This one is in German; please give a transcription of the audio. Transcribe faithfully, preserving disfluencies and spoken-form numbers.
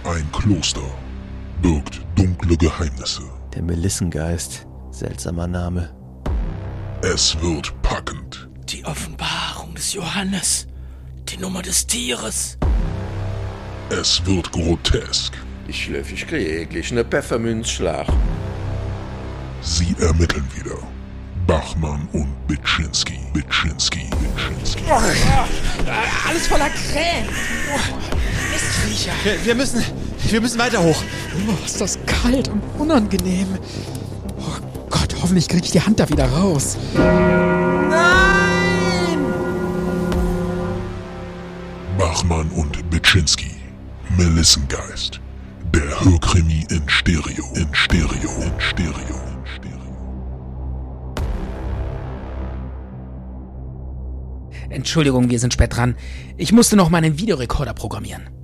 Ein Kloster birgt dunkle Geheimnisse. Der Melissengeist, seltsamer Name. Es wird packend. Die Offenbarung des Johannes. Die Nummer des Tieres. Es wird grotesk. Ich schlöff, ich kriege eklig ne Pfefferminzschlag. Sie ermitteln wieder. Bachmann und Bitschinski. Bitschinski. Bitschinski. Oh, alles voller Krähen. Oh, Mistviecher. Wir, wir müssen, wir müssen weiter hoch. Oh, ist das kalt und unangenehm. Oh Gott, hoffentlich kriege ich die Hand da wieder raus. Nein! Bachmann und Bitschinski. Melissengeist. Der Hörkrimi in Stereo. In Stereo. In Stereo. In Stereo. Entschuldigung, wir sind spät dran. Ich musste noch meinen Videorekorder programmieren.